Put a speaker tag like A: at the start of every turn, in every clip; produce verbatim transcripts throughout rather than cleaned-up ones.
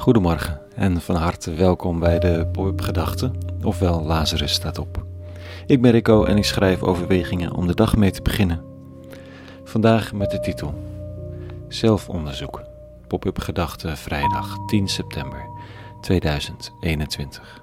A: Goedemorgen en van harte welkom bij de Pop-up Gedachten, ofwel Lazarus staat op. Ik ben Rico en ik schrijf overwegingen om de dag mee te beginnen. Vandaag met de titel Zelfonderzoek, Pop-up Gedachten, vrijdag tien september tweeduizend eenentwintig.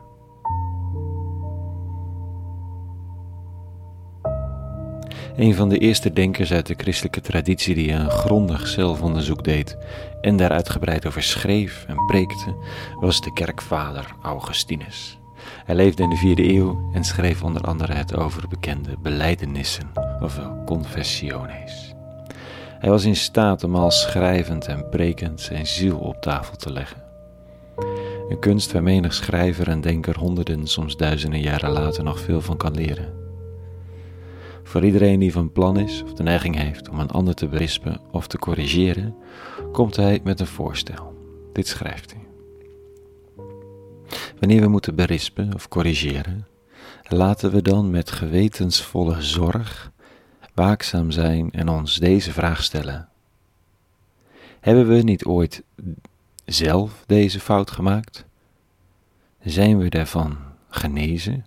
A: Een van de eerste denkers uit de christelijke traditie die een grondig zelfonderzoek deed en daar uitgebreid over schreef en preekte, was de kerkvader Augustinus. Hij leefde in de vierde eeuw en schreef onder andere het over bekende belijdenissen, ofwel confessiones. Hij was in staat om al schrijvend en prekend zijn ziel op tafel te leggen. Een kunst waar menig schrijver en denker honderden, soms duizenden jaren later nog veel van kan leren. Voor iedereen die van plan is of de neiging heeft om een ander te berispen of te corrigeren, komt hij met een voorstel. Dit schrijft hij. Wanneer we moeten berispen of corrigeren, laten we dan met gewetensvolle zorg waakzaam zijn en ons deze vraag stellen. Hebben we niet ooit zelf deze fout gemaakt? Zijn we daarvan genezen?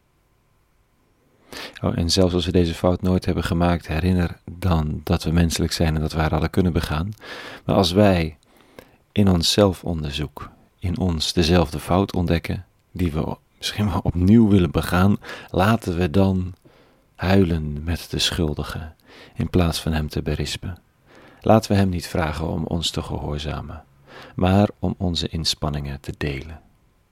A: Oh, en zelfs als we deze fout nooit hebben gemaakt, herinner dan dat we menselijk zijn en dat we haar hadden kunnen begaan. Maar als wij in ons zelfonderzoek, in ons dezelfde fout ontdekken, die we misschien wel opnieuw willen begaan, laten we dan huilen met de schuldige, in plaats van hem te berispen. Laten we hem niet vragen om ons te gehoorzamen, maar om onze inspanningen te delen.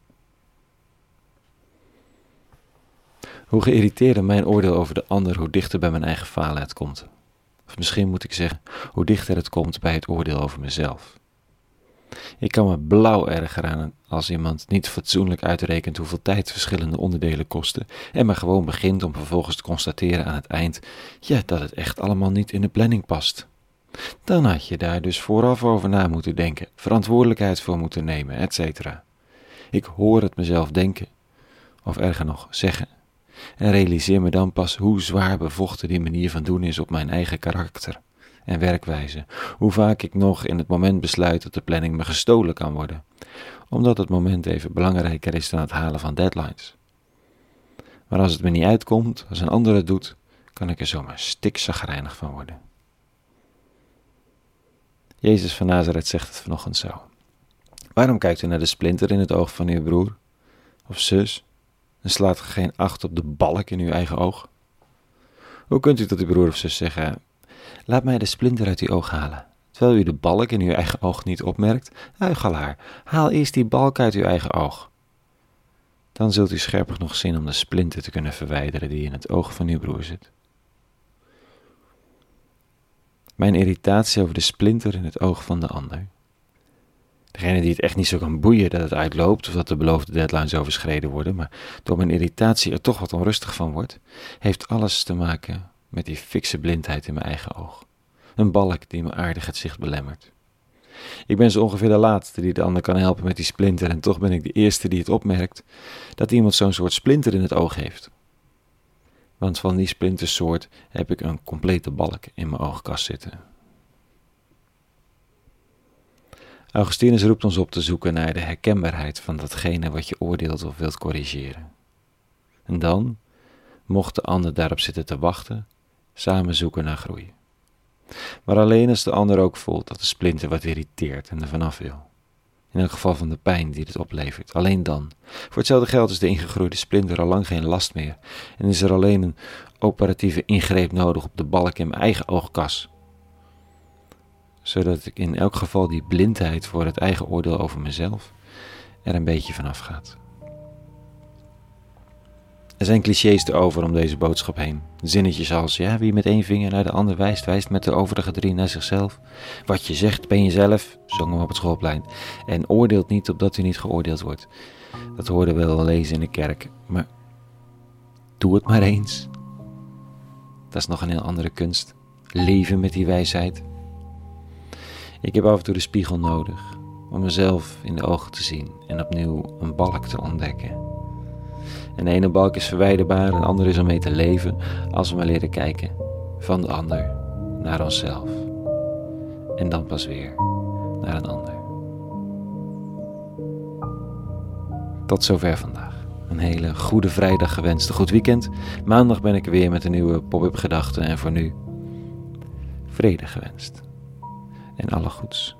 A: Hoe geïrriteerder mijn oordeel over de ander, hoe dichter bij mijn eigen falen het komt. Of misschien moet ik zeggen, hoe dichter het komt bij het oordeel over mezelf. Ik kan me blauw ergeren aan als iemand niet fatsoenlijk uitrekent hoeveel tijd verschillende onderdelen kosten en maar gewoon begint om vervolgens te constateren aan het eind, ja, dat het echt allemaal niet in de planning past. Dan had je daar dus vooraf over na moeten denken, verantwoordelijkheid voor moeten nemen, et cetera. Ik hoor het mezelf denken, of erger nog, zeggen. En realiseer me dan pas hoe zwaar bevochten die manier van doen is op mijn eigen karakter en werkwijze. Hoe vaak ik nog in het moment besluit dat de planning me gestolen kan worden. Omdat het moment even belangrijker is dan het halen van deadlines. Maar als het me niet uitkomt, als een ander het doet, kan ik er zomaar stikzagrijnig van worden. Jezus van Nazareth zegt het vanochtend zo. Waarom kijkt u naar de splinter in het oog van uw broer of zus? En slaat geen acht op de balk in uw eigen oog? Hoe kunt u tot uw broer of zus zeggen, laat mij de splinter uit uw oog halen, terwijl u de balk in uw eigen oog niet opmerkt? Huichelaar, haal eerst die balk uit uw eigen oog. Dan zult u scherp genoeg zien om de splinter te kunnen verwijderen die in het oog van uw broer zit. Mijn irritatie over de splinter in het oog van de ander. Degene die het echt niet zo kan boeien dat het uitloopt of dat de beloofde deadlines overschreden worden, maar door mijn irritatie er toch wat onrustig van wordt, heeft alles te maken met die fikse blindheid in mijn eigen oog. Een balk die me aardig het zicht belemmert. Ik ben zo ongeveer de laatste die de ander kan helpen met die splinter en toch ben ik de eerste die het opmerkt dat iemand zo'n soort splinter in het oog heeft. Want van die splintersoort heb ik een complete balk in mijn oogkas zitten. Augustinus roept ons op te zoeken naar de herkenbaarheid van datgene wat je oordeelt of wilt corrigeren. En dan, mocht de ander daarop zitten te wachten, samen zoeken naar groei. Maar alleen als de ander ook voelt dat de splinter wat irriteert en er vanaf wil. In elk geval van de pijn die het oplevert. Alleen dan. Voor hetzelfde geld is de ingegroeide splinter al lang geen last meer en is er alleen een operatieve ingreep nodig op de balk in mijn eigen oogkas. Zodat ik in elk geval die blindheid voor het eigen oordeel over mezelf er een beetje vanaf gaat. Er zijn clichés te over om deze boodschap heen. Zinnetjes als, ja, wie met één vinger naar de ander wijst, wijst met de overige drie naar zichzelf. Wat je zegt, ben jezelf, zongen we op het schoolplein. En oordeelt niet opdat u niet geoordeeld wordt. Dat hoorden we wel lezen in de kerk, maar doe het maar eens. Dat is nog een heel andere kunst. Leven met die wijsheid. Ik heb af en toe de spiegel nodig om mezelf in de ogen te zien en opnieuw een balk te ontdekken. En de ene balk is verwijderbaar en de andere is om mee te leven als we maar leren kijken van de ander naar onszelf. En dan pas weer naar een ander. Tot zover vandaag. Een hele goede vrijdag gewenst, een goed weekend. Maandag ben ik er weer met een nieuwe pop-up gedachte en voor nu vrede gewenst. En alle goeds.